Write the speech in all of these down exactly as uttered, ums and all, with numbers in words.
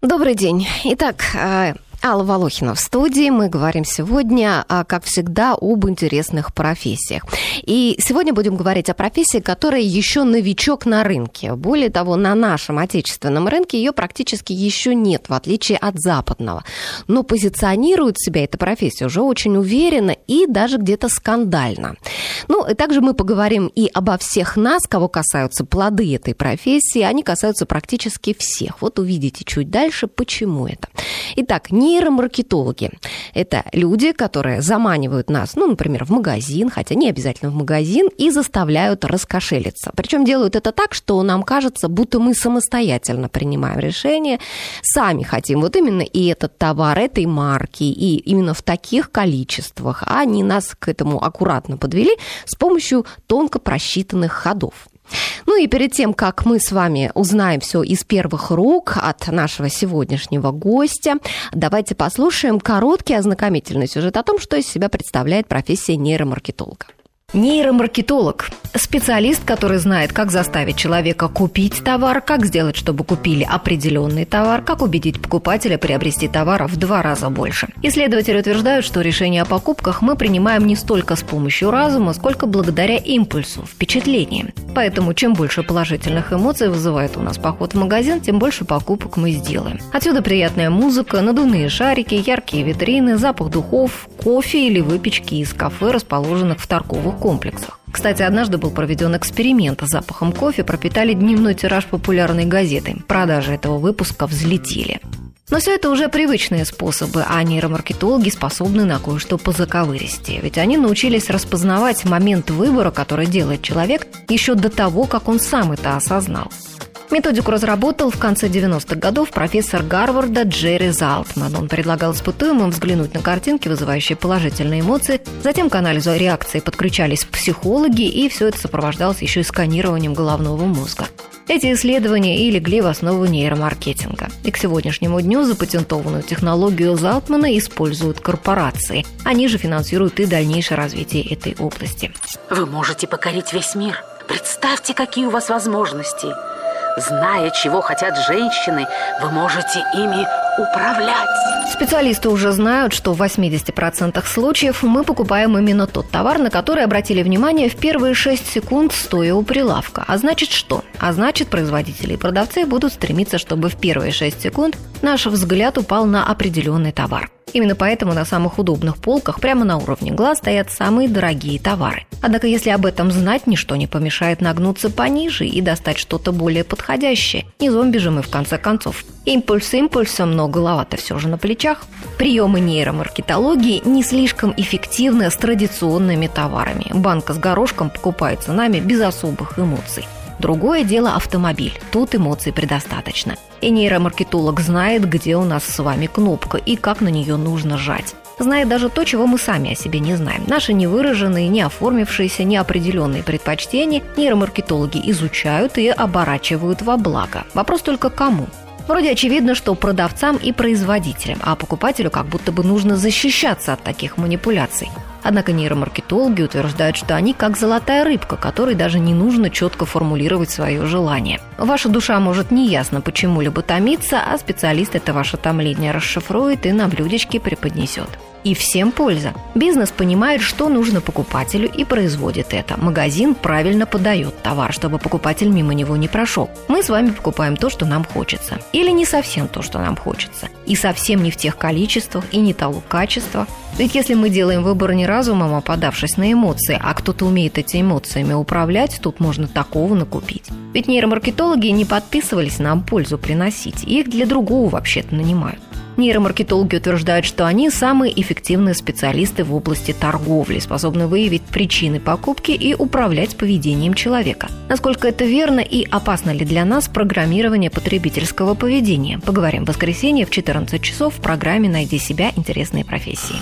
Добрый день. Итак, Алла Волохина в студии. Мы говорим сегодня, как всегда, об интересных профессиях. И сегодня будем говорить о профессии, которая еще новичок на рынке. Более того, на нашем отечественном рынке ее практически еще нет, в отличие от западного. Но позиционирует себя эта профессия уже очень уверенно и даже где-то скандально. Ну, и также мы поговорим и обо всех нас, кого касаются плоды этой профессии. Они касаются практически всех. Вот увидите чуть дальше, почему это. Итак, нейромаркетологи – это люди, которые заманивают нас, ну, например, в магазин, хотя не обязательно в магазин, и заставляют раскошелиться. Причем делают это так, что нам кажется, будто мы самостоятельно принимаем решение, сами хотим вот именно и этот товар, этой марки, и именно в таких количествах. А они нас к этому аккуратно подвели с помощью тонко просчитанных ходов. Ну и перед тем, как мы с вами узнаем все из первых рук от нашего сегодняшнего гостя, давайте послушаем короткий ознакомительный сюжет о том, что из себя представляет профессия нейромаркетолога. Нейромаркетолог – специалист, который знает, как заставить человека купить товар, как сделать, чтобы купили определенный товар, как убедить покупателя приобрести товара в два раза больше. Исследователи утверждают, что решение о покупках мы принимаем не столько с помощью разума, сколько благодаря импульсу, впечатлениям. Поэтому чем больше положительных эмоций вызывает у нас поход в магазин, тем больше покупок мы сделаем. Отсюда приятная музыка, надувные шарики, яркие витрины, запах духов, кофе или выпечки из кафе, расположенных в торговых комплексах. Кстати, однажды был проведен эксперимент. Запахом кофе пропитали дневной тираж популярной газеты. Продажи этого выпуска взлетели. Но все это уже привычные способы, а нейромаркетологи способны на кое-что позаковыристее. Ведь они научились распознавать момент выбора, который делает человек, еще до того, как он сам это осознал. Методику разработал в конце девяностых годов профессор Гарварда Джерри Залтман. Он предлагал испытуемым взглянуть на картинки, вызывающие положительные эмоции. Затем к анализу реакции подключались психологи, и все это сопровождалось еще и сканированием головного мозга. Эти исследования и легли в основу нейромаркетинга. И к сегодняшнему дню запатентованную технологию Залтмана используют корпорации. Они же финансируют и дальнейшее развитие этой области. Вы можете покорить весь мир. Представьте, какие у вас возможности. Зная, чего хотят женщины, вы можете ими управлять. Специалисты уже знают, что в восемьдесят процентов случаев мы покупаем именно тот товар, на который обратили внимание в первые шесть секунд, стоя у прилавка. А значит что? А значит, производители и продавцы будут стремиться, чтобы в первые шесть секунд наш взгляд упал на определенный товар. Именно поэтому на самых удобных полках прямо на уровне глаз стоят самые дорогие товары. Однако, если об этом знать, ничто не помешает нагнуться пониже и достать что-то более подходящее. Не зомби же мы, в конце концов. Импульс импульсом, но голова-то все же на плечах. Приемы нейромаркетологии не слишком эффективны с традиционными товарами. Банка с горошком покупается нами без особых эмоций. Другое дело автомобиль. Тут эмоций предостаточно. И нейромаркетолог знает, где у нас с вами кнопка и как на нее нужно жать. Знает даже то, чего мы сами о себе не знаем. Наши невыраженные, не оформившиеся, неопределенные предпочтения нейромаркетологи изучают и оборачивают во благо. Вопрос только кому? Вроде очевидно, что продавцам и производителям, а покупателю как будто бы нужно защищаться от таких манипуляций. Однако нейромаркетологи утверждают, что они как золотая рыбка, которой даже не нужно четко формулировать свое желание. Ваша душа может неясно почему-либо томиться, а специалист это ваше томление расшифрует и на блюдечке преподнесет. И всем польза. Бизнес понимает, что нужно покупателю, и производит это. Магазин правильно подает товар, чтобы покупатель мимо него не прошел. Мы с вами покупаем то, что нам хочется. Или не совсем то, что нам хочется. И совсем не в тех количествах, и не того качества. Ведь если мы делаем выбор не разумом, а подавшись на эмоции, а кто-то умеет этими эмоциями управлять, тут можно такого накупить. Ведь нейромаркетологи не подписывались нам пользу приносить. Их для другого вообще-то нанимают. Нейромаркетологи утверждают, что они самые эффективные специалисты в области торговли, способны выявить причины покупки и управлять поведением человека. Насколько это верно и опасно ли для нас программирование потребительского поведения? Поговорим в воскресенье в четырнадцать часов в программе «Найди себя. Интересные профессии».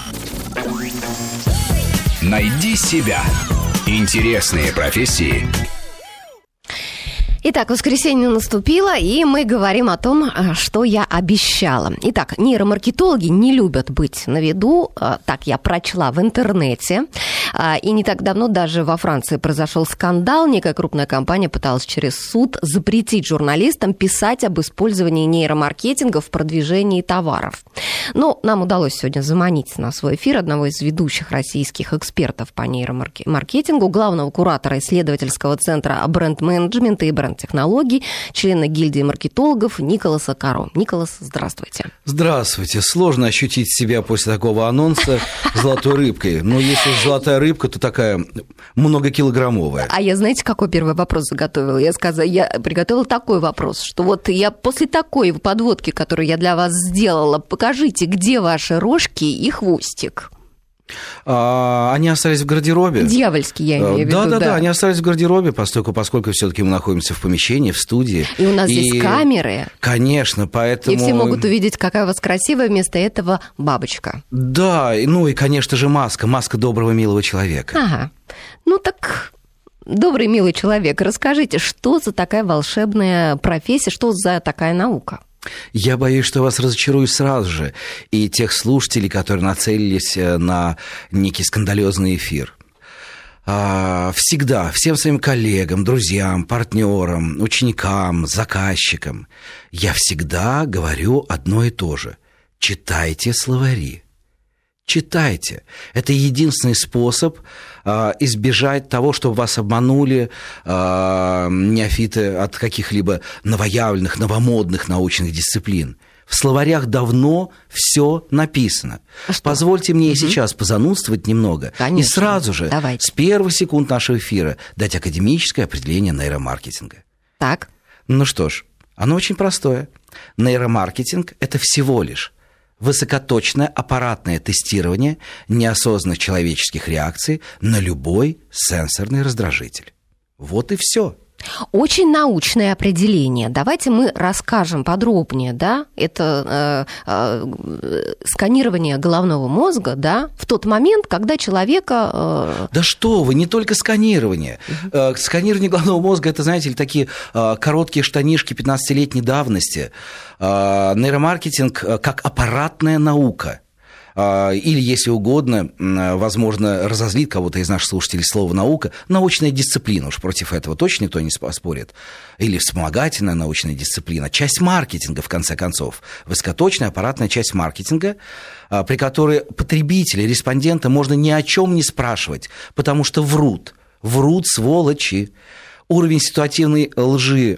Найди себя. Интересные профессии. Итак, воскресенье наступило, и мы говорим о том, что я обещала. Итак, нейромаркетологи не любят быть на виду, так я прочла в интернете. И не так давно даже во Франции произошел скандал. Некая крупная компания пыталась через суд запретить журналистам писать об использовании нейромаркетинга в продвижении товаров. Но нам удалось сегодня заманить на свой эфир одного из ведущих российских экспертов по нейромаркетингу, главного куратора исследовательского центра бренд-менеджмента и бренд-технологий, члена гильдии маркетологов Николаса Каро. Николас, здравствуйте. Здравствуйте. Сложно ощутить себя после такого анонса золотой рыбкой. Но если золотая рыбка, то такая многокилограммовая. А я, знаете, какой первый вопрос заготовила? Я сказала, я приготовила такой вопрос, что вот я после такой подводки, которую я для вас сделала, покажите, где ваши рожки и хвостик. А, они остались в гардеробе. Дьявольские, я имею в виду. Да, да, да, они остались в гардеробе, поскольку, поскольку все-таки мы находимся в помещении, в студии. И у нас и... здесь камеры. Конечно, поэтому... И все могут увидеть, какая у вас красивая, вместо этого бабочка. Да, ну и, конечно же, маска, маска доброго, милого человека. Ага, ну так... Добрый, милый человек, расскажите, что за такая волшебная профессия, что за такая наука? Я боюсь, что вас разочарую сразу же, и тех слушателей, которые нацелились на некий скандалёзный эфир. Всегда всем своим коллегам, друзьям, партнерам, ученикам, заказчикам я всегда говорю одно и то же. Читайте словари. Читайте. Это единственный способ э, избежать того, чтобы вас обманули э, неофиты от каких-либо новоявленных, новомодных научных дисциплин. В словарях давно все написано. А Позвольте мне угу. сейчас позанудствовать немного. Конечно. И сразу же, Давайте. с первых секунд нашего эфира, дать академическое определение нейромаркетинга. Так. Ну что ж, оно очень простое. Нейромаркетинг – это всего лишь высокоточное аппаратное тестирование неосознанных человеческих реакций на любой сенсорный раздражитель. Вот и все. Очень научное определение. Давайте мы расскажем подробнее, да, это э, э, сканирование головного мозга, да, в тот момент, когда человека... Э... Да что вы, не только сканирование. Uh-huh. Э, сканирование головного мозга, это, знаете ли, такие э, короткие штанишки пятнадцатилетней давности. Э, нейромаркетинг э, как аппаратная наука. Или, если угодно, возможно, разозлит кого-то из наших слушателей слово «наука», научная дисциплина, уж против этого точно никто не спорит, или вспомогательная научная дисциплина, часть маркетинга, в конце концов, высокоточная аппаратная часть маркетинга, при которой потребители, респонденты можно ни о чем не спрашивать, потому что врут, врут сволочи. Уровень ситуативной лжи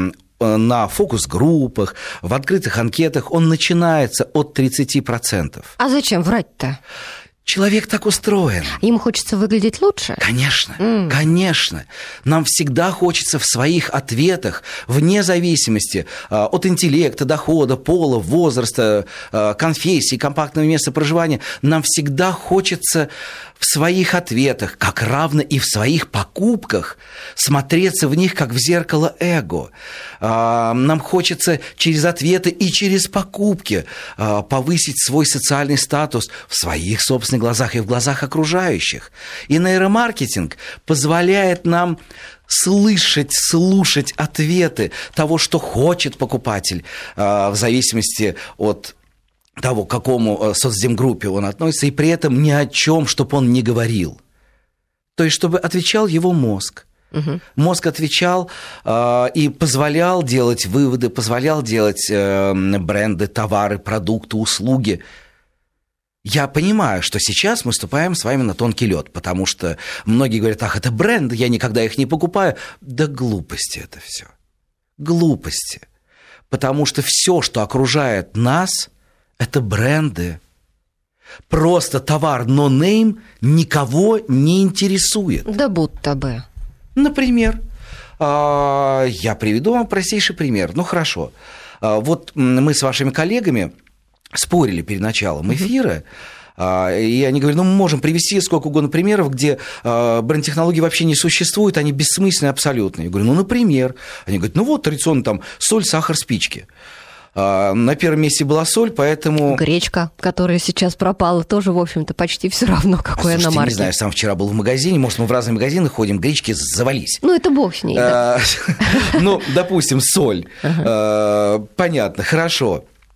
на фокус-группах, в открытых анкетах, он начинается от тридцати процентов. А зачем врать-то? Человек так устроен. Ему хочется выглядеть лучше? Конечно, mm. конечно. Нам всегда хочется в своих ответах, вне зависимости а, от интеллекта, дохода, пола, возраста, а, конфессии, компактного места проживания, нам всегда хочется в своих ответах, как равно и в своих покупках, смотреться в них, как в зеркало эго. А, нам хочется через ответы и через покупки а, повысить свой социальный статус в своих собственных глазах и в глазах окружающих. И нейромаркетинг позволяет нам слышать, слушать ответы того, что хочет покупатель, в зависимости от того, к какому соцдемгруппе он относится, и при этом ни о чем, чтобы он не говорил. То есть, чтобы отвечал его мозг. Угу. Мозг отвечал э, и позволял делать выводы, позволял делать э, бренды, товары, продукты, услуги. Я понимаю, что сейчас мы ступаем с вами на тонкий лед, потому что многие говорят, ах, это бренды, я никогда их не покупаю. Да глупости это все. Глупости. Потому что все, что окружает нас, это бренды. Просто товар no-name никого не интересует. Да будто бы. Например, я приведу вам простейший пример. Ну, хорошо. Вот мы с вашими коллегами спорили перед началом эфира, uh-huh. и они говорят, ну, мы можем привести сколько угодно примеров, где бренд-технологии вообще не существуют, они бессмысленны абсолютно. Я говорю, ну, например. Они говорят, ну, вот традиционно там соль, сахар, спички. На первом месте была соль, поэтому... Гречка, которая сейчас пропала, тоже, в общем-то, почти все равно, какой она марки. Не знаю, сам вчера был в магазине, может, мы в разные магазины ходим, гречки завались. Ну, это бог с ней, Ну, допустим, соль. Понятно, хорошо.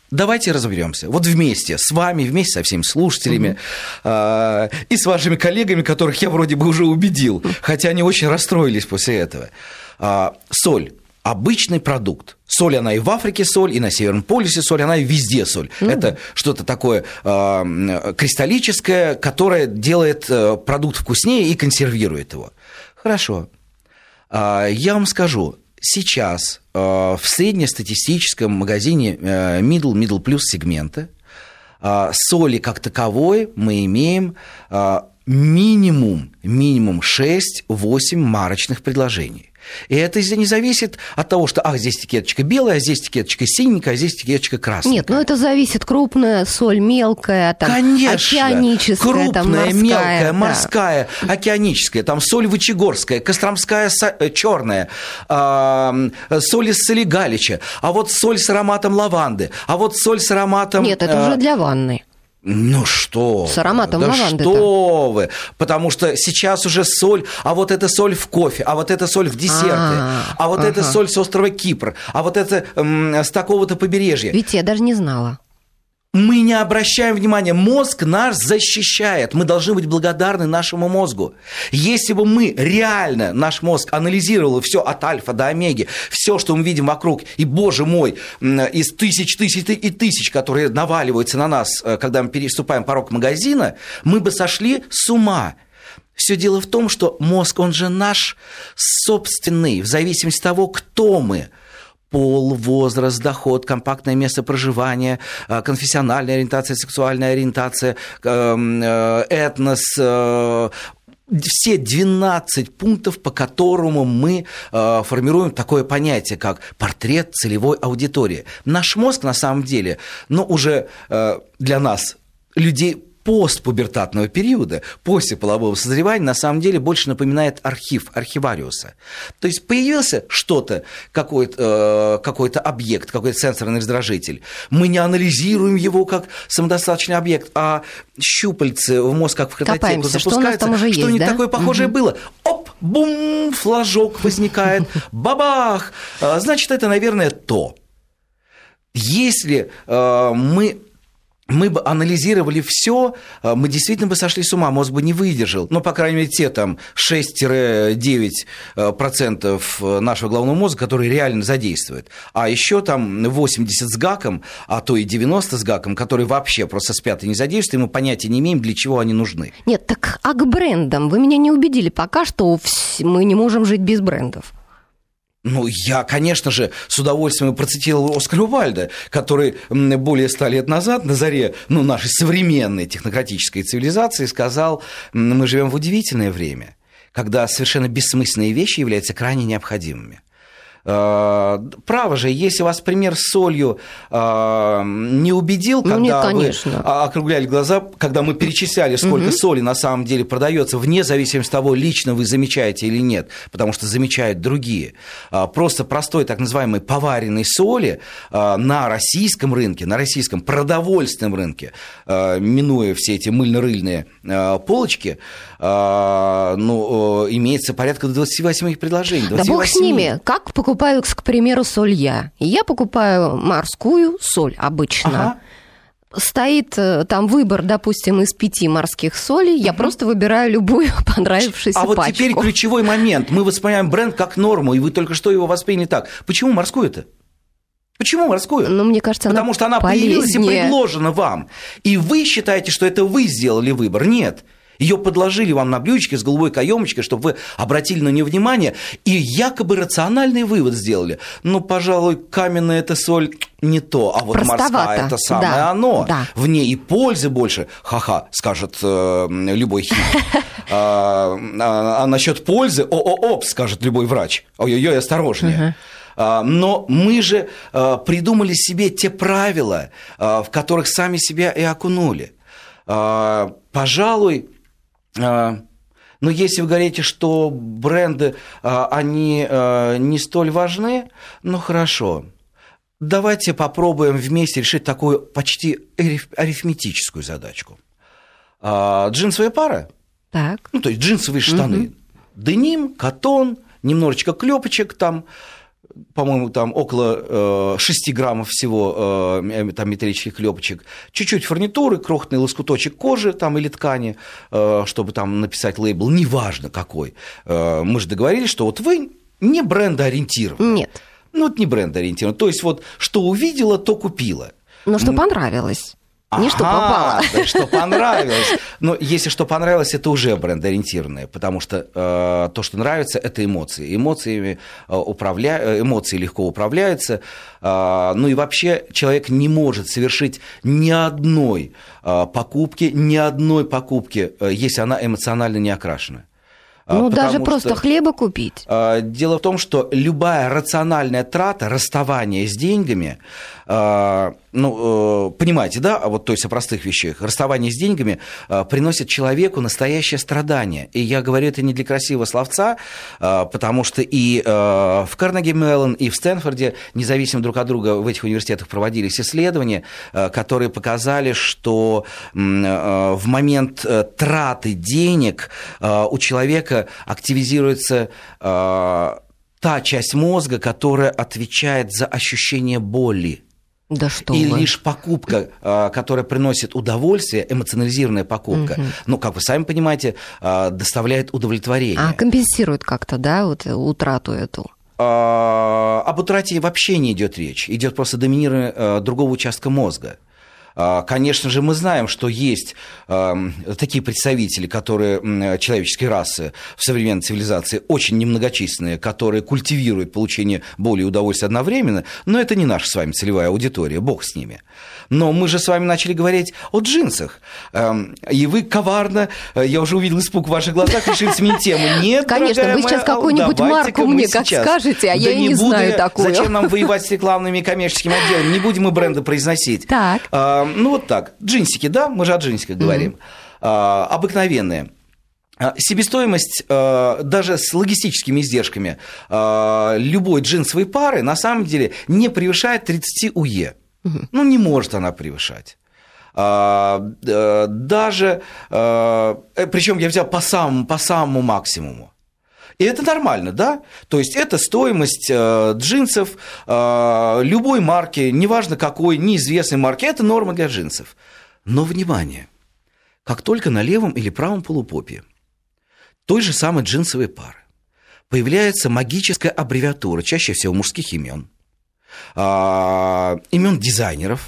давайте разберемся. Вот вместе с вами, вместе со всеми слушателями mm-hmm. э, и с вашими коллегами, которых я вроде бы уже убедил, хотя они очень расстроились после этого. Э, соль. Обычный продукт. Соль, она и в Африке соль, и на Северном полюсе соль, она и везде соль. Mm-hmm. Это что-то такое э, кристаллическое, которое делает э, продукт вкуснее и консервирует его. Хорошо. Э, я вам скажу, сейчас э, в среднестатистическом магазине э, middle, middle plus сегмента э, соли как таковой мы имеем э, минимум, минимум шесть-восемь марочных предложений. И это не зависит от того, что, ах, здесь этикеточка белая, а здесь этикеточка синенькая, а здесь этикеточка красная. Нет, ну это зависит крупная соль, мелкая, там, конечно, океаническая, крупная, там, морская, мелкая, да. морская, океаническая, там соль вычегорская, костромская черная, э, соль из Солигалича, а вот соль с ароматом лаванды, а вот соль с ароматом... Нет, это э, уже для ванны. Ну что? С ароматом да лаванды. Что вы? Потому что сейчас уже соль, а вот это соль в кофе, а вот это соль в десерты, а, а вот ага. это соль с острова Кипр, а вот это м, с такого-то побережья. Ведь я даже не знала. Мы не обращаем внимания. Мозг нас защищает. Мы должны быть благодарны нашему мозгу. Если бы мы реально, наш мозг анализировал все от альфа до омеги, все, что мы видим вокруг, и, боже мой, из тысяч, тысяч и тысяч, которые наваливаются на нас, когда мы переступаем порог магазина, мы бы сошли с ума. Все дело в том, что мозг, он же наш собственный, в зависимости от того, кто мы. Пол, возраст, доход, компактное место проживания, конфессиональная ориентация, сексуальная ориентация, этнос, все двенадцать пунктов, по которому мы формируем такое понятие, как портрет целевой аудитории. Наш мозг, на самом деле, ну, уже для нас, людей постпубертатного периода, после полового созревания, на самом деле больше напоминает архив, архивариуса. То есть появился что-то, какой-то, э, какой-то объект, какой-то сенсорный раздражитель. Мы не анализируем его как самодостаточный объект, а щупальцы в мозг, как в картотеку, запускаются. Что у нас там уже есть, что-нибудь да? такое похожее угу. было. Оп, бум, флажок возникает, бабах. Значит, это, наверное, то. Если э, мы... мы бы анализировали все, мы действительно бы сошли с ума, мозг бы не выдержал. Ну, по крайней мере, те там шесть-девять процентов нашего головного мозга, которые реально задействуют. А еще там восемьдесят с гаком, а то и девяносто с гаком, которые вообще просто спят и не задействуют, и мы понятия не имеем, для чего они нужны. Нет, так а к брендам вы меня не убедили пока, что мы не можем жить без брендов. Ну, я, конечно же, с удовольствием процитировал Оскара Уайльда, который более ста лет назад, на заре ну, нашей современной технократической цивилизации, сказал, мы живем в удивительное время, когда совершенно бессмысленные вещи являются крайне необходимыми. Право же, если вас пример с солью э, не убедил, когда ну, нет, вы округляли глаза, когда мы перечисляли, сколько угу. соли на самом деле продается, вне зависимости от того, лично вы замечаете или нет, потому что замечают другие. Просто простой так называемой поваренной соли на российском рынке, на российском продовольственном рынке, минуя все эти мыльно-рыльные полочки, ну, имеется порядка двадцать восемь предложений. двадцать восемь. Да бог с ними, как покупать? Покупаю, к примеру, соль я. Я покупаю морскую соль обычно. Ага. Стоит там выбор, допустим, из пяти морских солей. Я угу. просто выбираю любую понравившуюся а пачку. А вот теперь ключевой момент. Мы воспринимаем бренд как норму, и вы только что его восприняли так. Почему морскую-то? Почему морскую? Ну, мне кажется, она Потому что она полезнее. Появилась и предложена вам. И вы считаете, что это вы сделали выбор. Нет. Ее подложили вам на блюдечке с голубой каемочкой, чтобы вы обратили на нее внимание, и якобы рациональный вывод сделали. Ну, пожалуй, каменная эта соль не то, а вот простовато. Морская это самое да, оно. Да. В ней и пользы больше, ха-ха, скажет э, любой химик. А, а, а насчет пользы, о-о-оп, скажет любой врач. Ой-ой-ой, осторожнее. Но мы же придумали себе те правила, в которых сами себя и окунули. Пожалуй, но если вы говорите, что бренды, они не столь важны, ну хорошо, давайте попробуем вместе решить такую почти арифметическую задачку. Джинсовая пара, так. ну то есть джинсовые штаны, угу. деним, катон, немножечко клепочек там, по-моему, там около шесть граммов всего там, металлических клепочек, чуть-чуть фурнитуры, крохотный лоскуточек кожи там, или ткани, чтобы там написать лейбл, неважно какой. Мы же договорились, что вот вы не брендоориентированы. Нет. Ну, вот не брендоориентированы. То есть, вот что увидела, то купила. Ну, что понравилось. Не что попало. Да, что понравилось. Но если что понравилось, это уже брендоориентированное, потому что э, то, что нравится, это эмоции. Эмоциями э, управля... Эмоции легко управляются. Э, ну и вообще человек не может совершить ни одной э, покупки, ни одной покупки, э, если она эмоционально не окрашена. Ну, даже просто что, хлеба купить. Дело в том, что любая рациональная трата, расставание с деньгами, ну, понимаете, да, вот то есть о простых вещах, расставание с деньгами приносит человеку настоящее страдание. И я говорю это не для красивого словца, потому что и в Карнеги Меллон, и в Стэнфорде, независимо друг от друга, в этих университетах проводились исследования, которые показали, что в момент траты денег у человека активизируется э, та часть мозга, которая отвечает за ощущение боли. Да что И вы. лишь покупка, э, которая приносит удовольствие, эмоционализированная покупка, угу. ну, как вы сами понимаете, э, доставляет удовлетворение. А компенсирует как-то, да, вот утрату эту? Э, об утрате вообще не идет речь. Идет просто доминирование э, другого участка мозга. Конечно же, мы знаем, что есть э, такие представители, которые э, человеческой расы в современной цивилизации очень немногочисленные, которые культивируют получение боли и удовольствия одновременно, но это не наша с вами целевая аудитория, бог с ними. Но мы же с вами начали говорить о джинсах, э, и вы коварно, я уже увидел испуг в ваших глазах, решили сменить тему. Нет, конечно, вы сейчас какую-нибудь марку мне как скажете, а да я и не, не знаю буду, такую. Зачем нам воевать с рекламными и коммерческими отделами? Не будем мы бренды произносить. Так. Ну, вот так. Джинсики, да? Мы же о джинсиках говорим. Mm-hmm. А, обыкновенные. А, себестоимость а, даже с логистическими издержками а, любой джинсовой пары на самом деле не превышает тридцать УЕ. Mm-hmm. Ну, не может она превышать. А, а, даже, а, причем я взял по самому, по самому максимуму. И это нормально, да? То есть это стоимость э, джинсов э, любой марки, неважно какой, неизвестной марки, это норма для джинсов. Но, внимание, как только на левом или правом полупопе той же самой джинсовой пары появляется магическая аббревиатура, чаще всего мужских имен, э, имен дизайнеров,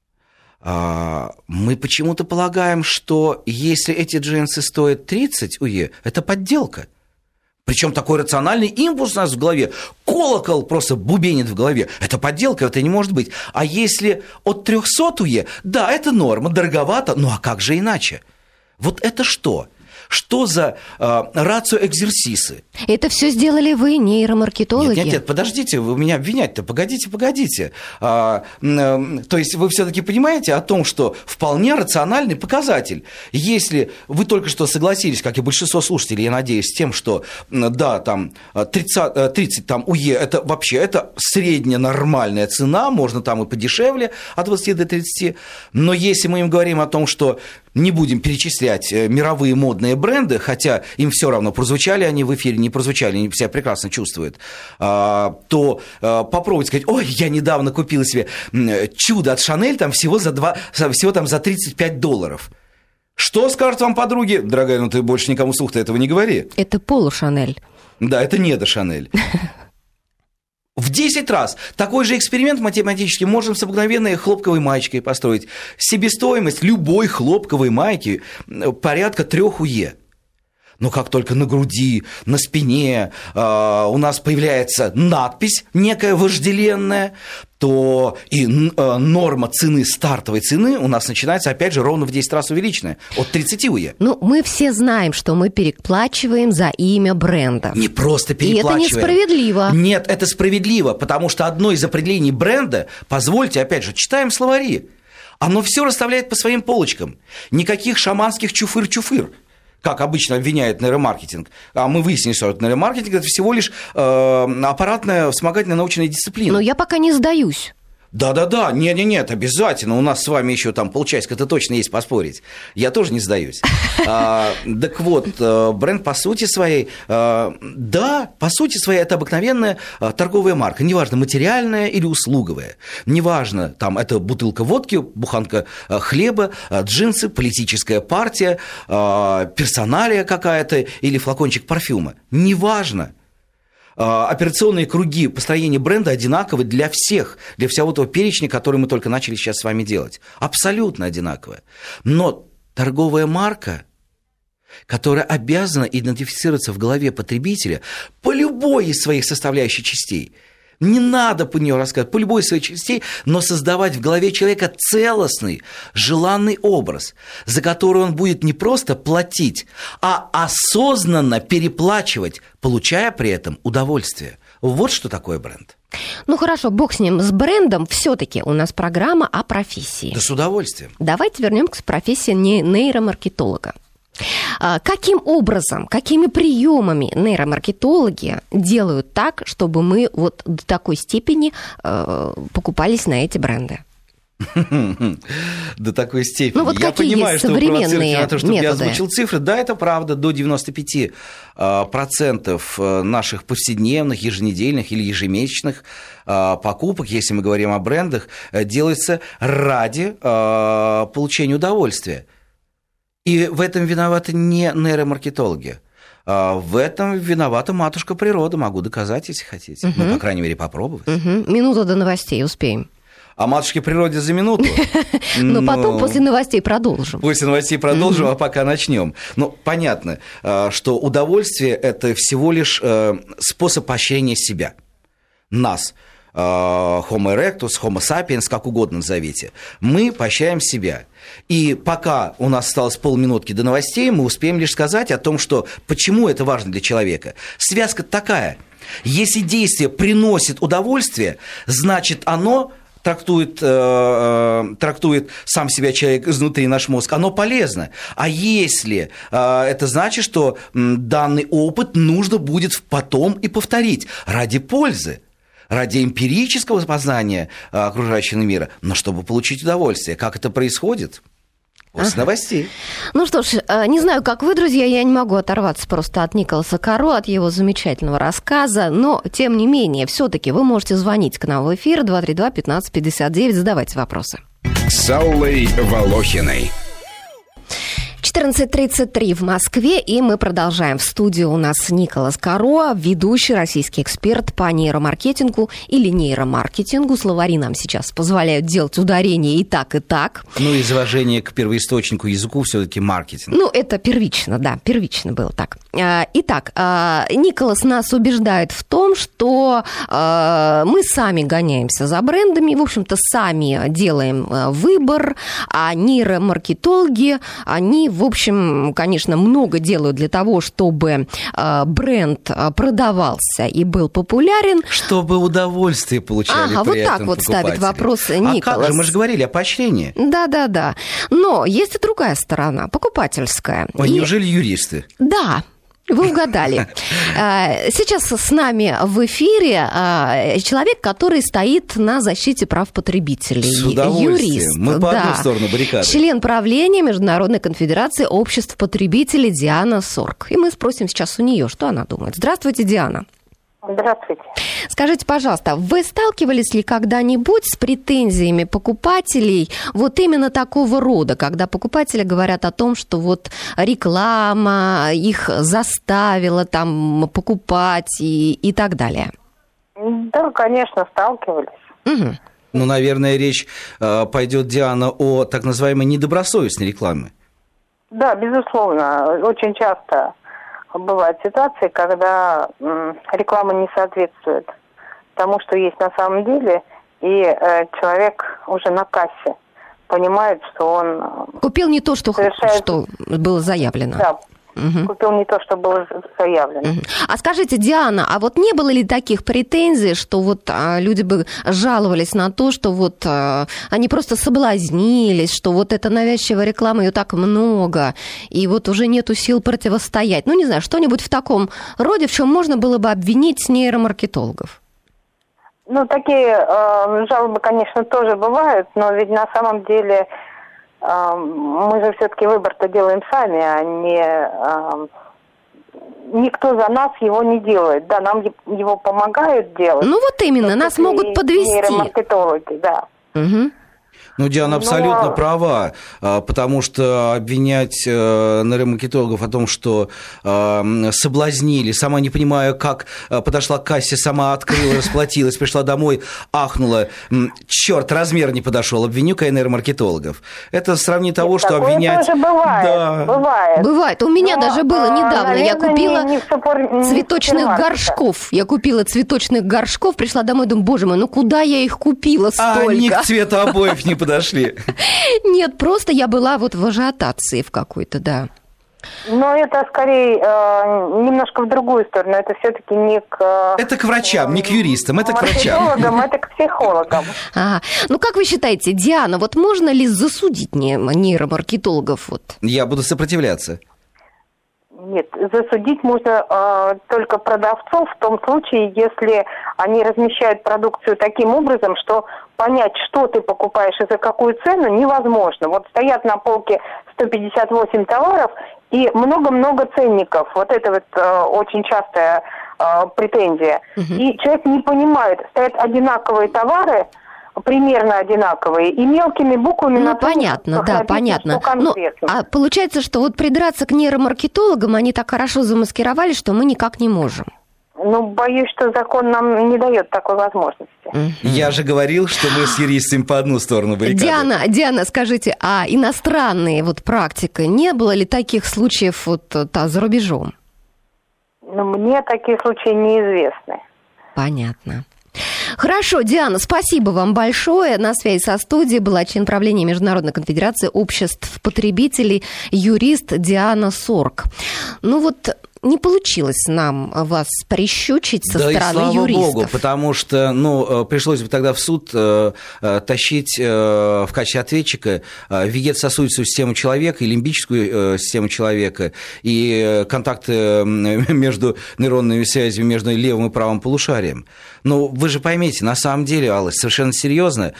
э, мы почему-то полагаем, что если эти джинсы стоят тридцать УЕ, это подделка. Причем такой рациональный импульс у нас в голове, колокол просто бубенит в голове. Это подделка, это не может быть. А если от трехсот УЕ, да, это норма, дороговато, ну а как же иначе? Вот это что? Что за э, рацио-экзерсисы? Это все сделали вы, нейромаркетологи? Нет, нет, нет, подождите, вы меня обвинять-то, погодите, погодите. А, э, то есть вы все-таки понимаете о том, что вполне рациональный показатель. Если вы только что согласились, как и большинство слушателей, я надеюсь, с тем, что да, там тридцать, тридцать там, УЕ, это вообще это средняя нормальная цена, можно там и подешевле от двадцати до тридцати, но если мы им говорим о том, что не будем перечислять мировые модные бренды, хотя им все равно, прозвучали они в эфире, не прозвучали, они себя прекрасно чувствуют, то попробуйте сказать: ой, я недавно купила себе чудо от Шанель там всего, за два, всего там за тридцать пять долларов. Что скажут вам подруги? Дорогая, ну ты больше никому вслух-то этого не говори. Это полу Шанель. Да, это не до Шанель. В десять раз такой же эксперимент математически можем с обыкновенной хлопковой маечкой построить. Себестоимость любой хлопковой майки порядка трех УЕ. Но как только на груди, на спине э, у нас появляется надпись некая вожделенная, то и э, норма цены, стартовой цены у нас начинается, опять же, ровно в десять раз увеличенная, от тридцати УЕ. Ну, мы все знаем, что мы переплачиваем за имя бренда. Не просто переплачиваем. И это несправедливо. Нет, это справедливо, потому что одно из определений бренда, позвольте, опять же, читаем словари, оно все расставляет по своим полочкам. Никаких шаманских чуфыр-чуфыр, как обычно обвиняет нейромаркетинг. А мы выяснили, что это нейромаркетинг – это всего лишь э, аппаратная вспомогательная научная дисциплина. Но я пока не сдаюсь. Да-да-да, нет-нет-нет, обязательно. У нас с вами еще там полчасика, это точно есть поспорить. Я тоже не сдаюсь. А, так вот, бренд по сути своей, а, да, по сути своей это обыкновенная а, торговая марка, неважно, материальная или услуговая. Неважно, там это бутылка водки, буханка а, хлеба, а, джинсы, политическая партия, а, персоналия какая-то или флакончик парфюма. Неважно. Операционные круги построения бренда одинаковы для всех, для всего этого перечня, который мы только начали сейчас с вами делать. Абсолютно одинаковые. Но торговая марка, которая обязана идентифицироваться в голове потребителя по любой из своих составляющих частей, не надо по нее рассказывать, по любой из своих частей, но создавать в голове человека целостный, желанный образ, за который он будет не просто платить, а осознанно переплачивать, получая при этом удовольствие. Вот что такое бренд. Ну хорошо, бог с ним, с брендом. Все-таки у нас программа о профессии. Да с удовольствием. Давайте вернемся к профессии нейромаркетолога. Каким образом, какими приемами нейромаркетологи делают так, чтобы мы вот до такой степени э, покупались на эти бренды? До такой степени. Ну, вот я понимаю, что вы провоцируете на то, чтобы методы. Я озвучил цифры. Да, это правда, до девяносто пять процентов наших повседневных, еженедельных или ежемесячных покупок, если мы говорим о брендах, делается ради получения удовольствия. И в этом виноваты не нейромаркетологи. В этом виновата матушка природа. Могу доказать, если хотите. Угу. Ну, по крайней мере, попробовать. Угу. Минута до новостей, успеем. О матушке природе за минуту. Но потом после новостей продолжим. После новостей продолжим, а пока начнем. Ну, понятно, что удовольствие – это всего лишь способ поощрения себя, нас. Homo erectus, Homo sapiens, как угодно назовите, мы поощряем себя. И пока у нас осталось полминутки до новостей, мы успеем лишь сказать о том, что почему это важно для человека. Связка такая. Если действие приносит удовольствие, значит, оно трактует, э, трактует сам себя человек изнутри, наш мозг, оно полезно. А если э, это значит, что данный опыт нужно будет потом и повторить ради пользы, ради эмпирического познания окружающего мира, но чтобы получить удовольствие. Как это происходит? После ага. новостей. Ну что ж, не знаю, как вы, друзья, я не могу оторваться просто от Николаса Каро, от его замечательного рассказа, но, тем не менее, все-таки вы можете звонить к нам в эфир два три два пятнадцать пятьдесят девять, задавайте вопросы. С Аллой Волохиной. четырнадцать тридцать три в Москве, и мы продолжаем. В студии у нас Николас Каро, ведущий российский эксперт по нейромаркетингу или нейромаркетингу. Словари нам сейчас позволяют делать ударение и так, и так. Ну, из уважения к первоисточнику языку все-таки маркетинг. Ну, это первично, да, первично было так. Итак, Николас нас убеждает в том, что мы сами гоняемся за брендами, в общем-то, сами делаем выбор, а нейромаркетологи, они, в общем, конечно, много делают для того, чтобы бренд продавался и был популярен. Чтобы удовольствие получали ага, при вот этом так вот покупатели. ставит вопрос Николас. А как же, мы же говорили о поощрении. Да-да-да. Но есть и другая сторона, покупательская. Ой, и... неужели юристы? Да. Вы угадали. Сейчас с нами в эфире человек, который стоит на защите прав потребителей. С удовольствием. Юрист. Мы по да. одну сторону баррикады. Член правления Международной конфедерации обществ потребителей Диана Сорк. И мы спросим сейчас у нее, что она думает. Здравствуйте, Диана. Здравствуйте. Скажите, пожалуйста, вы сталкивались ли когда-нибудь с претензиями покупателей вот именно такого рода, когда покупатели говорят о том, что вот реклама их заставила там покупать и, и так далее? Да, конечно, сталкивались. Угу. Ну, наверное, речь э, пойдет, Диана, о так называемой недобросовестной рекламе. Да, безусловно, очень часто бывают ситуации, когда м, реклама не соответствует тому, что есть на самом деле, и э, человек уже на кассе понимает, что он... Купил не то, что, совершает... что было заявлено. Да, угу. Купил не то, что было заявлено. Угу. А скажите, Диана, а вот не было ли таких претензий, что вот а, люди бы жаловались на то, что вот а, они просто соблазнились, что вот эта навязчивая реклама, ее так много, и вот уже нету сил противостоять? Ну, не знаю, что-нибудь в таком роде, в чем можно было бы обвинить нейромаркетологов? Ну, такие э, жалобы, конечно, тоже бывают, но ведь на самом деле э, мы же все-таки выбор-то делаем сами, а не э, никто за нас его не делает. Да, нам его помогают делать. Ну вот именно, нас могут подвести. Нейромаркетологи, да. Угу. Ну, Диана абсолютно Но... права, потому что обвинять нейромаркетологов о том, что соблазнили, сама не понимая, как подошла к кассе, сама открыла, расплатилась, пришла домой, ахнула, черт, размер не подошел, обвиню-ка я нейромаркетологов. Это сравнение того, что такое обвинять... тоже бывает, да. бывает. Бывает. У меня Но, даже было недавно. наверное, я купила не, не супер... цветочных не горшков. Я купила цветочных горшков, пришла домой, думаю, боже мой, ну куда я их купила столько? А они к цвету обоев не подошли. Нет, просто я была вот в ажиотации в какой-то, да. Но это скорее э, немножко в другую сторону. Это все-таки не к... Это к врачам, не к юристам, это к врачам. Маркетологам, это к психологам. Ага. Ну, как вы считаете, Диана, вот можно ли засудить нейромаркетологов? Вот? Я буду сопротивляться. Нет, засудить можно э, только продавцов в том случае, если они размещают продукцию таким образом, что понять, что ты покупаешь и за какую цену, невозможно. Вот стоят на полке сто пятьдесят восемь товаров и много-много ценников. Вот это вот э, очень частая э, претензия. Угу. И человек не понимает, стоят одинаковые товары, примерно одинаковые, и мелкими буквами... Ну, на том, понятно, да, понятно. Ну, а получается, что вот придраться к нейромаркетологам они так хорошо замаскировали, что мы никак не можем. Ну, боюсь, что закон нам не дает такой возможности. Mm-hmm. Я же говорил, что мы с юристами по одну сторону баррикады. Диана, Диана, скажите, а иностранные вот практика, не было ли таких случаев вот та, за рубежом? Ну, мне такие случаи неизвестны. Понятно. Хорошо, Диана, спасибо вам большое. На связи со студией была член правления Международной конфедерации обществ потребителей, юрист Диана Сорк. Ну вот... Не получилось нам вас прищучить со да стороны и слава юристов. Богу, потому что, ну, пришлось бы тогда в суд э, тащить э, в качестве ответчика э, вегетососудистую систему человека и лимбическую э, систему человека, и контакты э, между нейронными связями между левым и правым полушарием. Ну, вы же поймите, на самом деле, Алла, совершенно серьезно,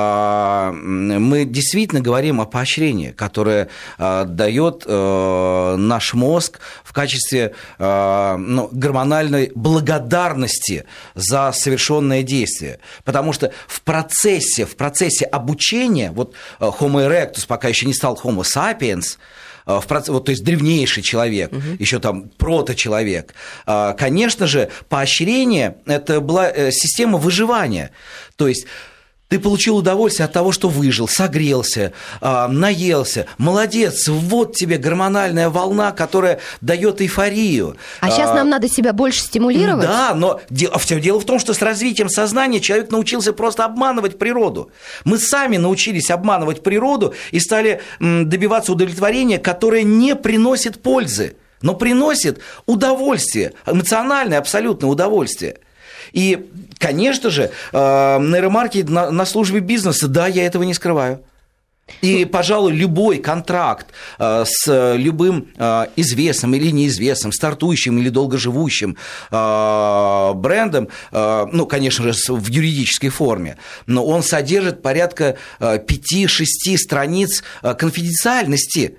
э, мы действительно говорим о поощрении, которое э, дает э, наш мозг в качестве ну, гормональной благодарности за совершенное действие. Потому что в процессе, в процессе обучения, вот Homo erectus пока еще не стал Homo sapiens, в процессе, вот, то есть древнейший человек, угу. еще там проточеловек, конечно же, поощрение – это была система выживания. То есть ты получил удовольствие от того, что выжил, согрелся, э, наелся. Молодец, вот тебе гормональная волна, которая дает эйфорию. А сейчас а, нам надо себя больше стимулировать? Да, но все дело в том, что с развитием сознания человек научился просто обманывать природу. Мы сами научились обманывать природу и стали м, добиваться удовлетворения, которое не приносит пользы, но приносит удовольствие, эмоциональное абсолютное удовольствие. И, конечно же, нейромаркетинг на, на службе бизнеса, да, я этого не скрываю. И, пожалуй, любой контракт с любым известным или неизвестным, стартующим или долгоживущим брендом, ну, конечно же, в юридической форме, но он содержит порядка пяти-шести страниц конфиденциальности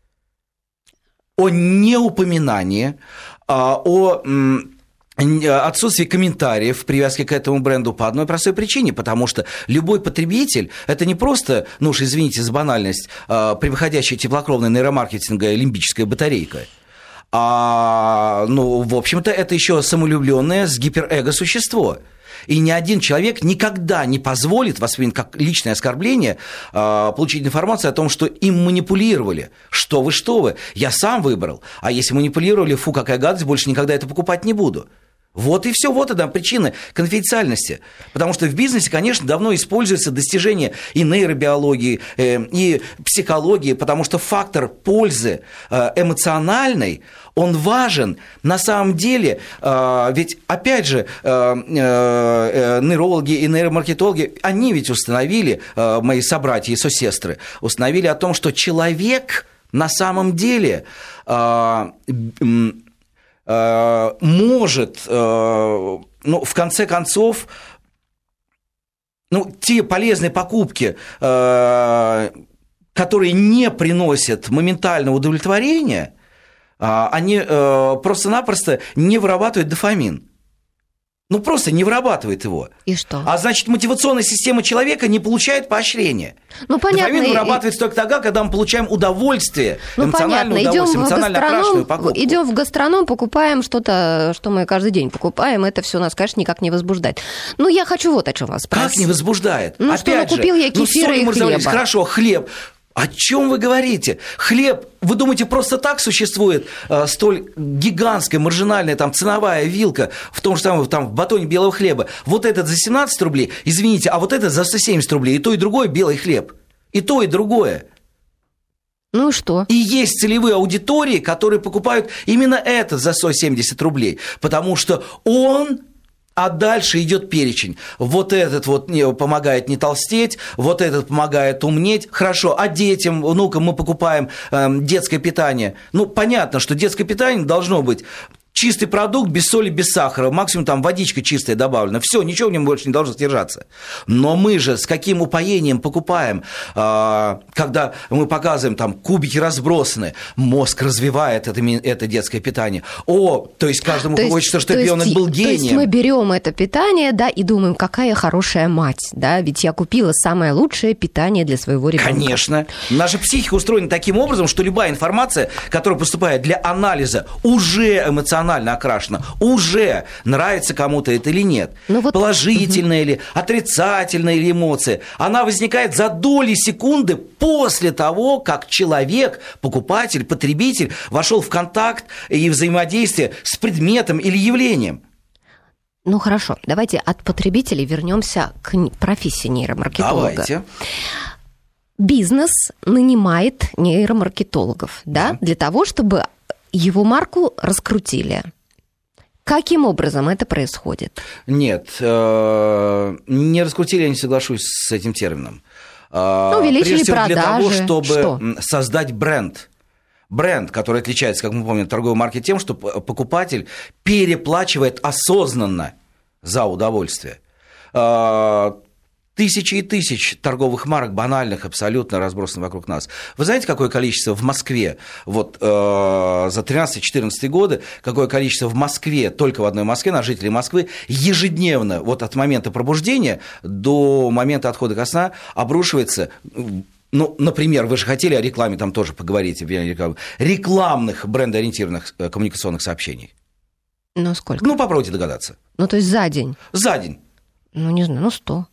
о неупоминании, о отсутствие комментариев в привязке к этому бренду по одной простой причине, потому что любой потребитель – это не просто, ну уж извините за банальность, превосходящая теплокровная нейромаркетинга лимбическая батарейка, а, ну, в общем-то, это еще самолюбленное с гиперэго существо. И ни один человек никогда не позволит, воспринять как личное оскорбление, получить информацию о том, что им манипулировали. Что вы, что вы, я сам выбрал. А если манипулировали, фу, какая гадость, больше никогда это покупать не буду. Вот и все, вот это причина конфиденциальности. Потому что в бизнесе, конечно, давно используется достижение и нейробиологии, и психологии, потому что фактор пользы эмоциональной, он важен. На самом деле, ведь, опять же, нейрологи и нейромаркетологи, они ведь установили, мои собратья и сосестры, установили о том, что человек на самом деле может, ну, в конце концов, ну, те полезные покупки, э, которые не приносят моментального удовлетворения, э, они э, просто-напросто не вырабатывают дофамин. Ну, просто не вырабатывает его. И что? А значит, мотивационная система человека не получает поощрения. Ну, понятно. Дофамин вырабатывается и... только тогда, когда мы получаем удовольствие, ну, эмоциональное понятно. удовольствие, идем эмоционально окрашенную покупку. Идем в гастроном, покупаем что-то, что мы каждый день покупаем. Это все нас, конечно, никак не возбуждает. Ну, я хочу вот о чем вас спросить. Как не возбуждает? Ну, Опять что, ну, купил же, я кефира ну, и хлеба. Хорошо, хлеб. О чем вы говорите? Хлеб, вы думаете, просто так существует э, столь гигантская маржинальная там, ценовая вилка в том же самом там, в батоне белого хлеба? Вот этот за семнадцать рублей, извините, а вот этот за сто семьдесят рублей. И то, и другое белый хлеб. И то, и другое. Ну и что? И есть целевые аудитории, которые покупают именно это за сто семьдесят рублей. Потому что он... А дальше идет перечень. Вот этот вот помогает не толстеть, вот этот помогает умнеть. Хорошо, а детям, ну-ка, мы покупаем э, детское питание. Ну, понятно, что детское питание должно быть чистый продукт, без соли, без сахара, максимум там водичка чистая добавлена. Все, ничего в нем больше не должно содержаться. Но мы же с каким упоением покупаем, э, когда мы показываем, там, кубики разбросаны, мозг развивает это, это детское питание. О, то есть каждому то хочется, есть, чтобы ребенок был гением. То есть мы берем это питание, да, и думаем, какая хорошая мать, да, ведь я купила самое лучшее питание для своего ребенка. Конечно. Наша психика устроена таким образом, что любая информация, которая поступает для анализа, уже эмоционально окрашена, уже нравится кому-то это или нет, ну вот... положительная угу. или отрицательная или эмоция, она возникает за доли секунды после того, как человек, покупатель, потребитель вошел в контакт и взаимодействие с предметом или явлением. Ну хорошо, давайте от потребителей вернемся к профессии нейромаркетолога. Давайте. Бизнес нанимает нейромаркетологов, да, да, для того, чтобы его марку раскрутили. Каким образом это происходит? Нет, не раскрутили, я не соглашусь с этим термином. Ну, увеличили Прежде всего, продажи. для того, чтобы что? создать бренд. Бренд, который отличается, как мы помним, от торговой марки тем, что покупатель переплачивает осознанно за удовольствие. Тысячи и тысячи торговых марок, банальных, абсолютно разбросаны вокруг нас. Вы знаете, какое количество в Москве, вот э, за тринадцатый-четырнадцатый годы, какое количество в Москве, только в одной Москве, на жителей Москвы, ежедневно, вот от момента пробуждения до момента отхода ко сна, обрушивается... Ну, например, вы же хотели о рекламе там тоже поговорить, рекламных брендоориентированных коммуникационных сообщений. Ну, сколько? Ну, попробуйте догадаться. Ну, то есть за день? За день. Ну, не знаю, ну, сто.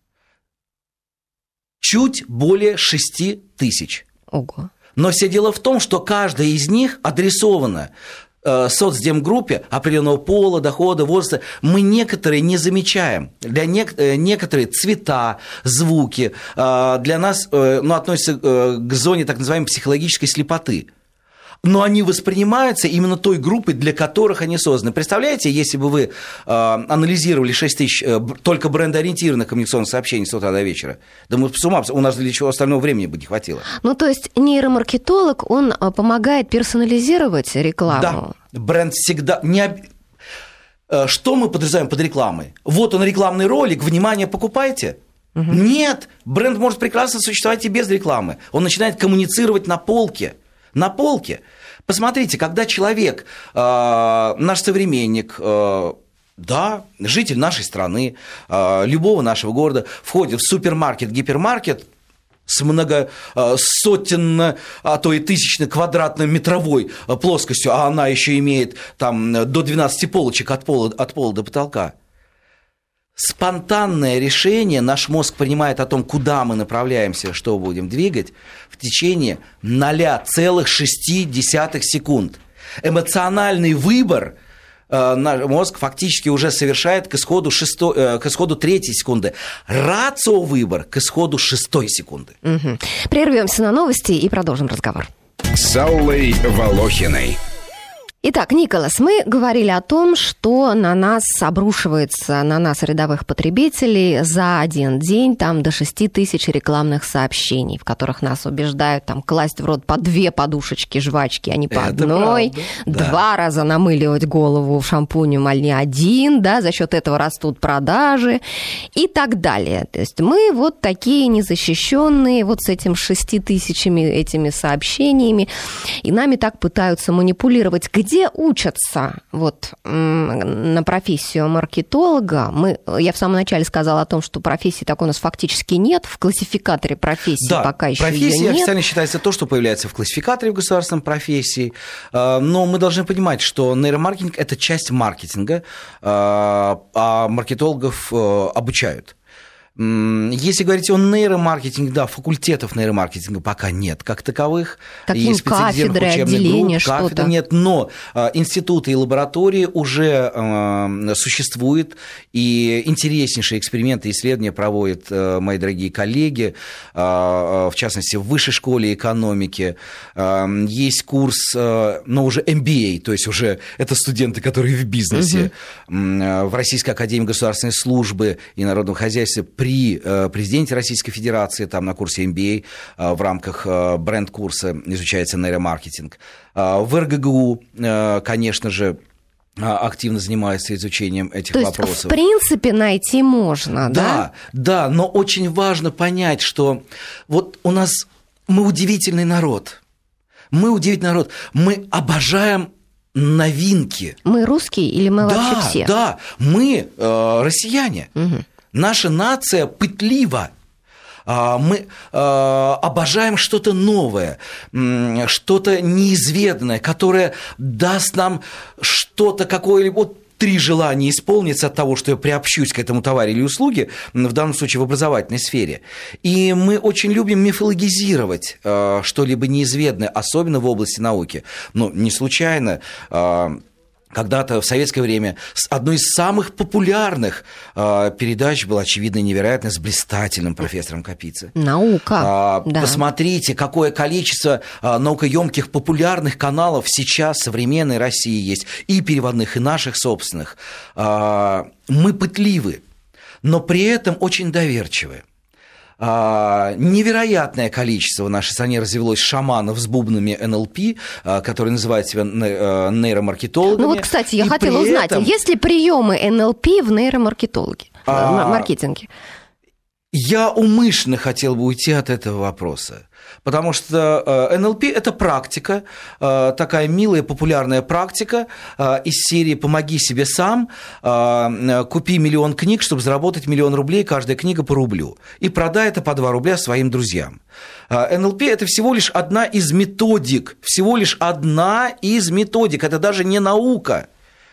Чуть более шести тысяч. Ого. Но все дело в том, что каждая из них адресована э, соцдемгруппе определенного пола, дохода, возраста. Мы некоторые не замечаем. Для нек- э, некоторые цвета, звуки э, для нас э, ну, относятся э, к зоне так называемой психологической слепоты. Но они воспринимаются именно той группой, для которых они созданы. Представляете, если бы вы э, анализировали шесть тысяч э, только брендоориентированных коммуникационных сообщений с утра до вечера, да мы с ума, у нас для чего остального времени бы не хватило. Ну, то есть нейромаркетолог, он помогает персонализировать рекламу? Да, бренд всегда... Не об... Что мы подразумеваем под рекламой? Вот он, рекламный ролик, внимание, покупайте. Угу. Нет, бренд может прекрасно существовать и без рекламы. Он начинает коммуницировать на полке. На полке. Посмотрите, когда человек, э, наш современник, э, да, житель нашей страны, э, любого нашего города, входит в супермаркет, гипермаркет с много э, сотенно, а то и тысячно-квадратно-метровой плоскостью, а она еще имеет там до двенадцати полочек от пола, от пола до потолка. Спонтанное решение наш мозг принимает о том, куда мы направляемся, что будем двигать, в течение ноль целых шесть десятых секунд. Эмоциональный выбор э, наш мозг фактически уже совершает к исходу, шесто, э, к исходу третьей секунды. Рацио выбор к исходу шестой секунды. Угу. Прервемся на новости и продолжим разговор. С Аллой Волохиной. Итак, Николас, мы говорили о том, что на нас обрушивается, на нас, рядовых потребителей, за один день там до шести тысяч рекламных сообщений, в которых нас убеждают там класть в рот по две подушечки жвачки, а не по Это одной, правда, два да. раза намыливать голову в шампунем, а не один, да, за счет этого растут продажи и так далее. То есть мы вот такие незащищенные вот с этим шести тысячами этими сообщениями, и нами так пытаются манипулировать. Где Где учатся вот, на профессию маркетолога? Мы, я в самом начале сказала о том, что профессии такой у нас фактически нет. В классификаторе профессий да, пока еще профессия её нет. официально считается то, что появляется в классификаторе в государственном профессии. Но мы должны понимать, что нейромаркетинг – это часть маркетинга, а маркетологов обучают. Если говорить о нейромаркетинге, да, факультетов нейромаркетинга пока нет как таковых. Какие кафедры, отделения, групп, кафедр что-то? Нет, но э, институты и лаборатории уже э, существуют, и интереснейшие эксперименты, исследования проводят э, мои дорогие коллеги, э, в частности, в высшей школе экономики. Э, есть курс, э, но уже эм би эй, то есть уже это студенты, которые в бизнесе, угу. э, в Российской академии государственной службы и народного хозяйства при президенте Российской Федерации, там на курсе эм би эй в рамках бренд-курса изучается нейромаркетинг. В эр гэ гэ у, конечно же, активно занимается изучением этих То вопросов. есть, в принципе, найти можно, да? Да, да, но очень важно понять, что вот у нас мы удивительный народ. Мы удивительный народ. Мы обожаем новинки. Мы русские или мы да, вообще все? Да, мы э, россияне. Угу. Наша нация пытлива. Мы обожаем что-то новое, что-то неизведанное, которое даст нам что-то, какое-либо... Вот три желания исполнится от того, что я приобщусь к этому товару или услуге, в данном случае в образовательной сфере. И мы очень любим мифологизировать что-либо неизведанное, особенно в области науки. Ну, не случайно... Когда-то в советское время одной из самых популярных э, передач была «Очевидно невероятно» с блистательным профессором Капице. Наука. А, да. Посмотрите, какое количество а, наукоемких популярных каналов сейчас в современной России есть, и переводных, и наших собственных. А, мы пытливы, но при этом очень доверчивы. Невероятное количество в нашей стране развелось шаманов с бубнами эн эл пи, которые называют себя нейромаркетологами. Ну вот, кстати, я и хотела узнать, этом... есть ли приемы эн эл пи в нейромаркетологии, а... маркетинге? Я умышленно хотел бы уйти от этого вопроса, потому что эн эл пи – это практика, такая милая, популярная практика из серии «Помоги себе сам, купи миллион книг, чтобы заработать миллион рублей, каждая книга по рублю, и продай это по два рубля своим друзьям». эн эл пи – это всего лишь одна из методик, всего лишь одна из методик, это даже не наука.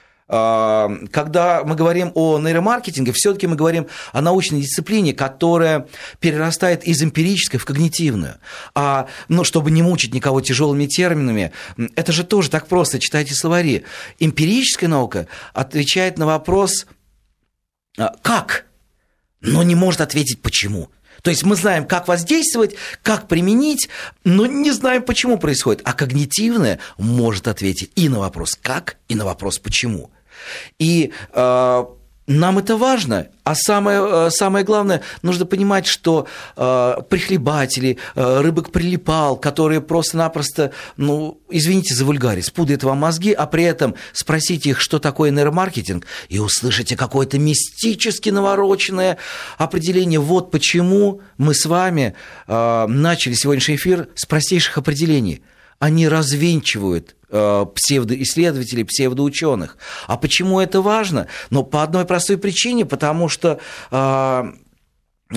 Когда мы говорим о нейромаркетинге, все-таки мы говорим о научной дисциплине, которая перерастает из эмпирической в когнитивную. А, ну, чтобы не мучить никого тяжелыми терминами, это же тоже так просто, читайте словари. Эмпирическая наука отвечает на вопрос «как?», но не может ответить «почему?». То есть мы знаем, как воздействовать, как применить, но не знаем, почему происходит. А когнитивная может ответить и на вопрос «как?», и на вопрос «почему?». И э, нам это важно, а самое, самое главное, нужно понимать, что э, прихлебатели, э, рыбок прилипал, которые просто-напросто, ну, извините за вульгарис, пудрят вам мозги, а при этом спросите их, что такое нейромаркетинг, и услышите какое-то мистически навороченное определение. Вот почему мы с вами э, начали сегодняшний эфир с простейших определений. Они развенчивают псевдоисследователей, псевдоученых. А почему это важно? Ну, по одной простой причине, потому что э, э,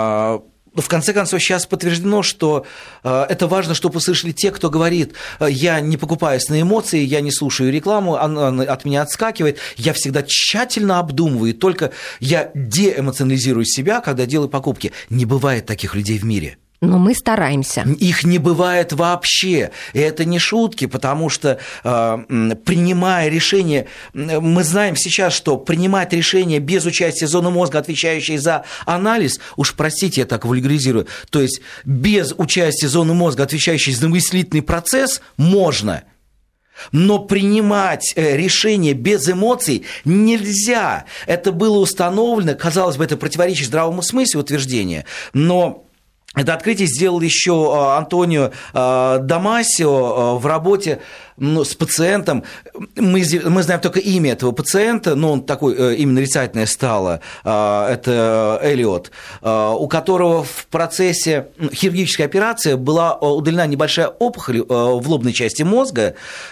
в конце концов сейчас подтверждено, что э, это важно, чтобы услышали те, кто говорит, я не покупаюсь на эмоции, я не слушаю рекламу, она от меня отскакивает, я всегда тщательно обдумываю, только я деэмоционализирую себя, когда делаю покупки. Не бывает таких людей в мире. Но мы стараемся. Их не бывает вообще. И это не шутки, потому что, э, принимая решение, мы знаем сейчас, что принимать решение без участия зоны мозга, отвечающей за анализ, уж простите, я так вульгаризирую, то есть без участия зоны мозга, отвечающей за мыслительный процесс, можно. Но принимать решения без эмоций нельзя. Это было установлено, казалось бы, это противоречит здравому смыслу утверждения, но это открытие сделал еще Антонио Дамасио в работе, ну, с пациентом. Мы, мы знаем только имя этого пациента, но он такой, имя нарицательное стало, это Эллиот, у которого в процессе хирургической операции была удалена небольшая опухоль в лобной части мозга,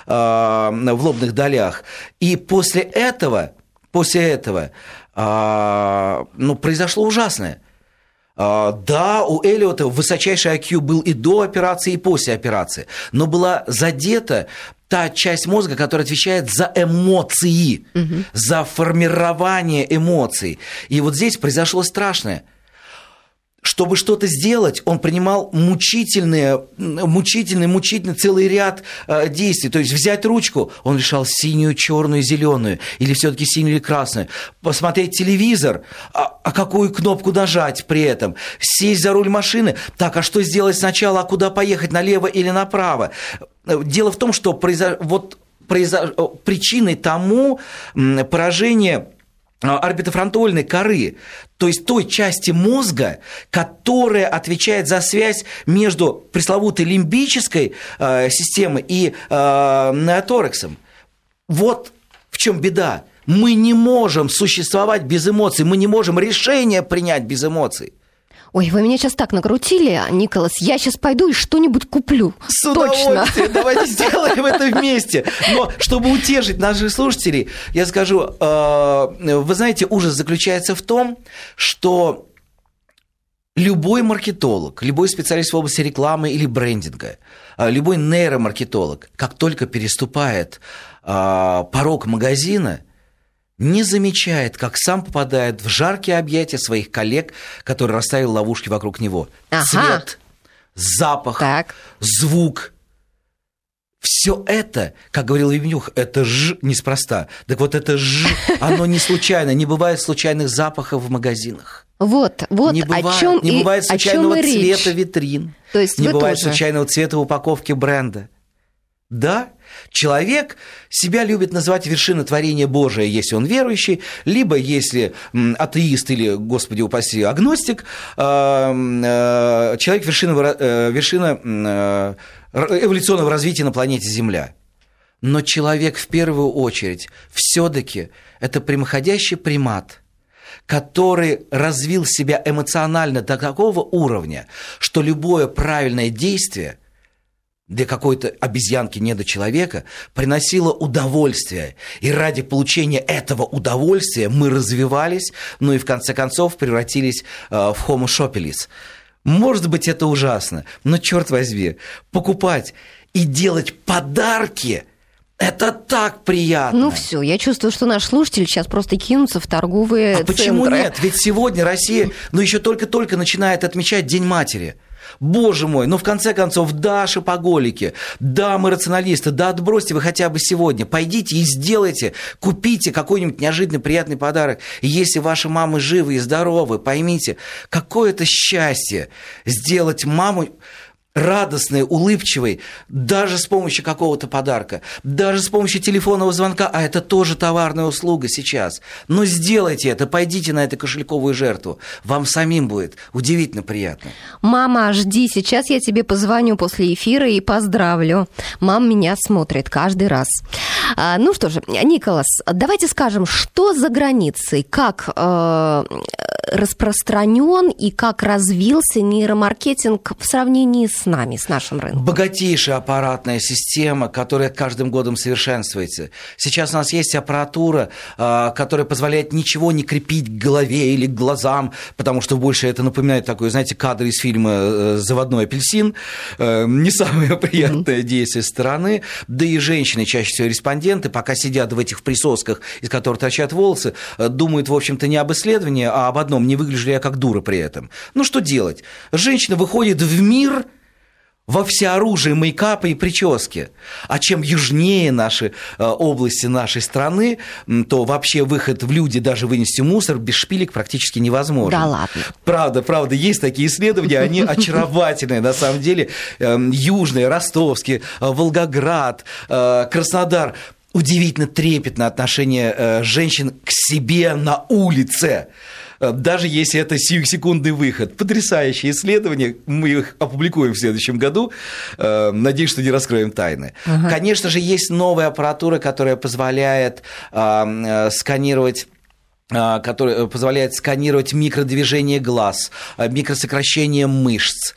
в лобных долях, и после этого, после этого ну, произошло ужасное. Да, у Эллиота высочайший ай кью был и до операции, и после операции, но была задета та часть мозга, которая отвечает за эмоции, угу. за формирование эмоций. И вот здесь произошло страшное. Чтобы что-то сделать, он принимал мучительные, мучительный, мучительный целый ряд э, действий. То есть взять ручку, он решал синюю, черную, зеленую, или все-таки синюю или красную. Посмотреть телевизор, а, а какую кнопку нажать при этом. Сесть за руль машины, так, а что сделать сначала, а куда поехать, налево или направо. Дело в том, что произо... вот произо... причиной тому поражение орбитофронтальной коры, то есть той части мозга, которая отвечает за связь между пресловутой лимбической э, системой и э, неоторексом. Вот в чем беда. Мы не можем существовать без эмоций, мы не можем решение принять без эмоций. Ой, вы меня сейчас так накрутили, Николас. Я сейчас пойду и что-нибудь куплю. С удовольствием. Точно. Давайте сделаем это вместе. Но чтобы утешить наших слушателей, я скажу, вы знаете, ужас заключается в том, что любой маркетолог, любой специалист в области рекламы или брендинга, любой нейромаркетолог, как только переступает порог магазина, не замечает, как сам попадает в жаркие объятия своих коллег, которые расставили ловушки вокруг него. Ага. Цвет, запах, так. звук. Все это, как говорил Евнюх, это ж неспроста. Так вот это ж, оно не случайно. Не бывает случайных запахов в магазинах. Вот, вот не бывает, о чем не и, бывает случайного цвета речь. Витрин. То есть не бывает тоже. случайного цвета в упаковке бренда. Да, человек себя любит называть вершиной творения Божия, если он верующий, либо если атеист или, Господи упаси, агностик, человек вершина, вершина эволюционного развития на планете Земля. Но человек в первую очередь все-таки это прямоходящий примат, который развил себя эмоционально до такого уровня, что любое правильное действие для какой-то обезьянки, недочеловека, приносило удовольствие. И ради получения этого удовольствия мы развивались, ну и в конце концов превратились э, в Homo shopilis. Может быть, это ужасно, но, черт возьми, покупать и делать подарки – это так приятно. Ну все, я чувствую, что наши слушатели сейчас просто кинутся в торговые а центры. Почему нет? Ведь сегодня Россия, ну, еще только-только начинает отмечать День матери. Боже мой, ну в конце концов, да, шопоголики, да, мы рационалисты, да, отбросьте вы хотя бы сегодня, пойдите и сделайте, купите какой-нибудь неожиданный приятный подарок. И если ваши мамы живы и здоровы, поймите, какое это счастье сделать маму радостной, улыбчивой, даже с помощью какого-то подарка, даже с помощью телефонного звонка, а это тоже товарная услуга сейчас. Но сделайте это, пойдите на эту кошельковую жертву. Вам самим будет удивительно приятно. Мама, жди, сейчас я тебе позвоню после эфира и поздравлю. Мама меня смотрит каждый раз. А, ну что же, Николас, давайте скажем, что за границей, как э, распространен и как развился нейромаркетинг в сравнении с нами, с нашим рынком? Богатейшая аппаратная система, которая каждым годом совершенствуется. Сейчас у нас есть аппаратура, которая позволяет ничего не крепить к голове или к глазам, потому что больше это напоминает такой, знаете, кадр из фильма «Заводной апельсин». Не самое приятное действие со стороны. Да и женщины, чаще всего респонденты, пока сидят в этих присосках, из которых торчат волосы, думают, в общем-то, не об исследовании, а об одном, не выгляжу ли я как дура при этом. Ну, что делать? Женщина выходит в мир во всеоружии мейкапа и прически. А чем южнее наши э, области нашей страны, то вообще выход в люди, даже вынести мусор, без шпилек практически невозможен. Да ладно. Правда, правда, есть такие исследования, они очаровательные, на самом деле. Э, южные, ростовские, э, Волгоград, э, Краснодар. Удивительно трепетное отношение э, женщин к себе на улице. Даже если это сиюсекундный выход. Потрясающее исследование. Мы их опубликуем в следующем году. Надеюсь, что не раскроем тайны. Ага. Конечно же, есть новая аппаратура, которая позволяет э, сканировать который позволяет сканировать микродвижение глаз, микросокращение мышц,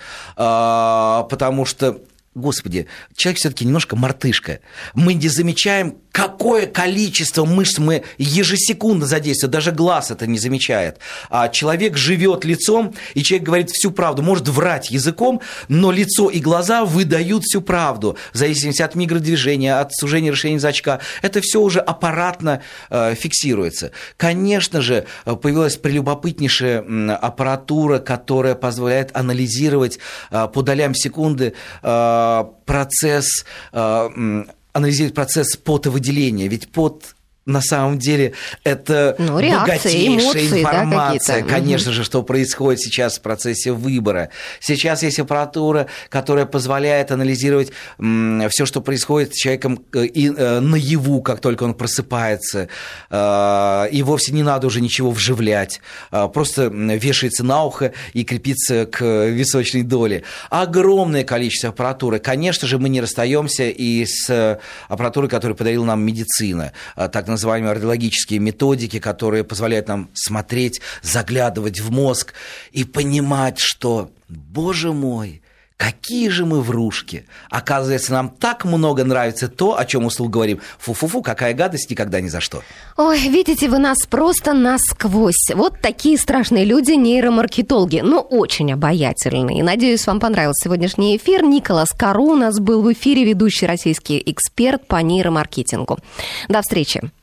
потому что, Господи, человек все-таки немножко мартышка. Мы не замечаем, какое количество мышц мы ежесекундно задействуем. Даже глаз это не замечает. А человек живет лицом, и человек говорит всю правду. Может врать языком, но лицо и глаза выдают всю правду. В зависимости от микродвижения, от сужения расширения зрачка. Это все уже аппаратно э, фиксируется. Конечно же, появилась прелюбопытнейшая аппаратура, которая позволяет анализировать э, по долям секунды э, процесс, анализировать процесс потовыделения, ведь пот на самом деле это ну, реакции, богатейшая эмоции, информация, да, конечно же, что происходит сейчас в процессе выбора. Сейчас есть аппаратура, которая позволяет анализировать все, что происходит с человеком и наяву, как только он просыпается, и вовсе не надо уже ничего вживлять, просто вешается на ухо и крепится к височной доле. Огромное количество аппаратуры. Конечно же, мы не расстаемся и с аппаратурой, которую подарила нам медицина, так называемые называемые радиологические методики, которые позволяют нам смотреть, заглядывать в мозг и понимать, что, боже мой, какие же мы врушки. Оказывается, нам так много нравится то, о чем услуг говорим. Фу-фу-фу, какая гадость, никогда ни за что. Ой, видите вы нас просто насквозь. Вот такие страшные люди, нейромаркетологи, но очень обаятельные. Надеюсь, вам понравился сегодняшний эфир. Николас Кару у нас был в эфире, ведущий российский эксперт по нейромаркетингу. До встречи.